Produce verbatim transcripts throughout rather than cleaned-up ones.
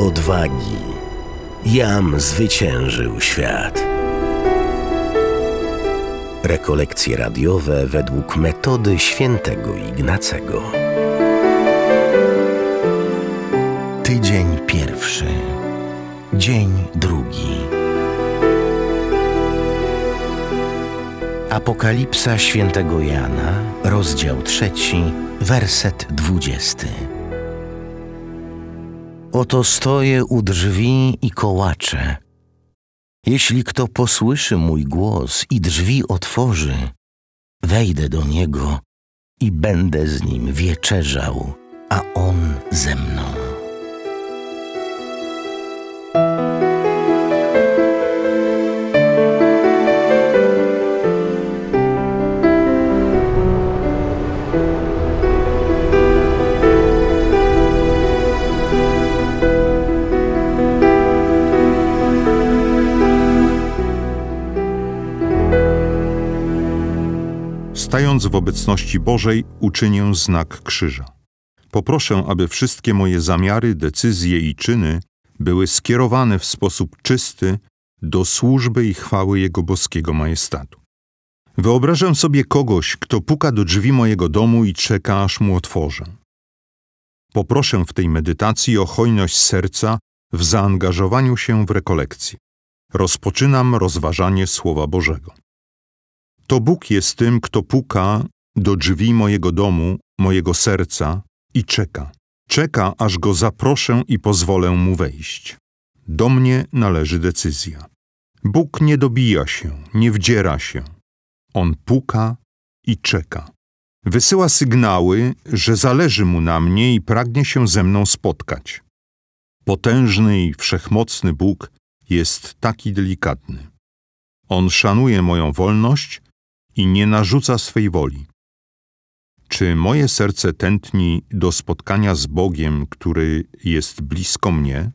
odwagi. Jam zwyciężył świat. Rekolekcje radiowe według metody świętego Ignacego. Tydzień pierwszy. Dzień drugi. Apokalipsa świętego Jana, rozdział trzeci, werset dwudziesty. Oto stoję u drzwi i kołaczę. Jeśli kto posłyszy mój głos i drzwi otworzy, wejdę do niego i będę z nim wieczerzał, a on ze mną. Stając w obecności Bożej, uczynię znak krzyża. Poproszę, aby wszystkie moje zamiary, decyzje i czyny były skierowane w sposób czysty do służby i chwały Jego boskiego majestatu. Wyobrażam sobie kogoś, kto puka do drzwi mojego domu i czeka, aż mu otworzę. Poproszę w tej medytacji o hojność serca w zaangażowaniu się w rekolekcję. Rozpoczynam rozważanie Słowa Bożego. To Bóg jest tym, kto puka do drzwi mojego domu, mojego serca i czeka. Czeka, aż Go zaproszę i pozwolę Mu wejść. Do mnie należy decyzja. Bóg nie dobija się, nie wdziera się. On puka i czeka. Wysyła sygnały, że zależy Mu na mnie i pragnie się ze mną spotkać. Potężny i wszechmocny Bóg jest taki delikatny. On szanuje moją wolność i nie narzuca swej woli. Czy moje serce tętni do spotkania z Bogiem, który jest blisko mnie?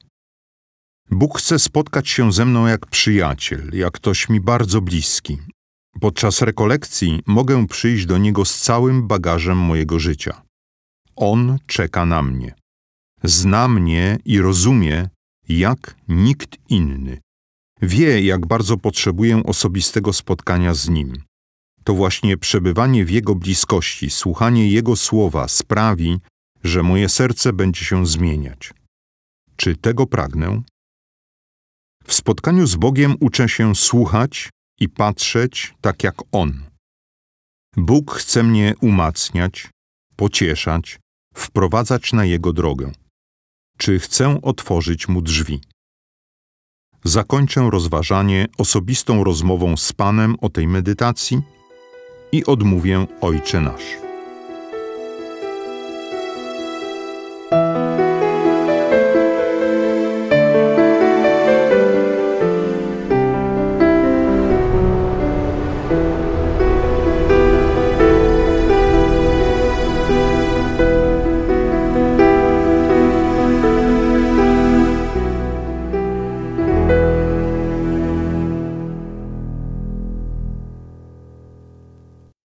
Bóg chce spotkać się ze mną jak przyjaciel, jak ktoś mi bardzo bliski. Podczas rekolekcji mogę przyjść do Niego z całym bagażem mojego życia. On czeka na mnie. Zna mnie i rozumie, jak nikt inny. Wie, jak bardzo potrzebuję osobistego spotkania z Nim. To właśnie przebywanie w Jego bliskości, słuchanie Jego słowa sprawi, że moje serce będzie się zmieniać. Czy tego pragnę? W spotkaniu z Bogiem uczę się słuchać i patrzeć tak jak On. Bóg chce mnie umacniać, pocieszać, wprowadzać na Jego drogę. Czy chcę otworzyć Mu drzwi? Zakończę rozważanie osobistą rozmową z Panem o tej medytacji i odmówię Ojcze Nasz.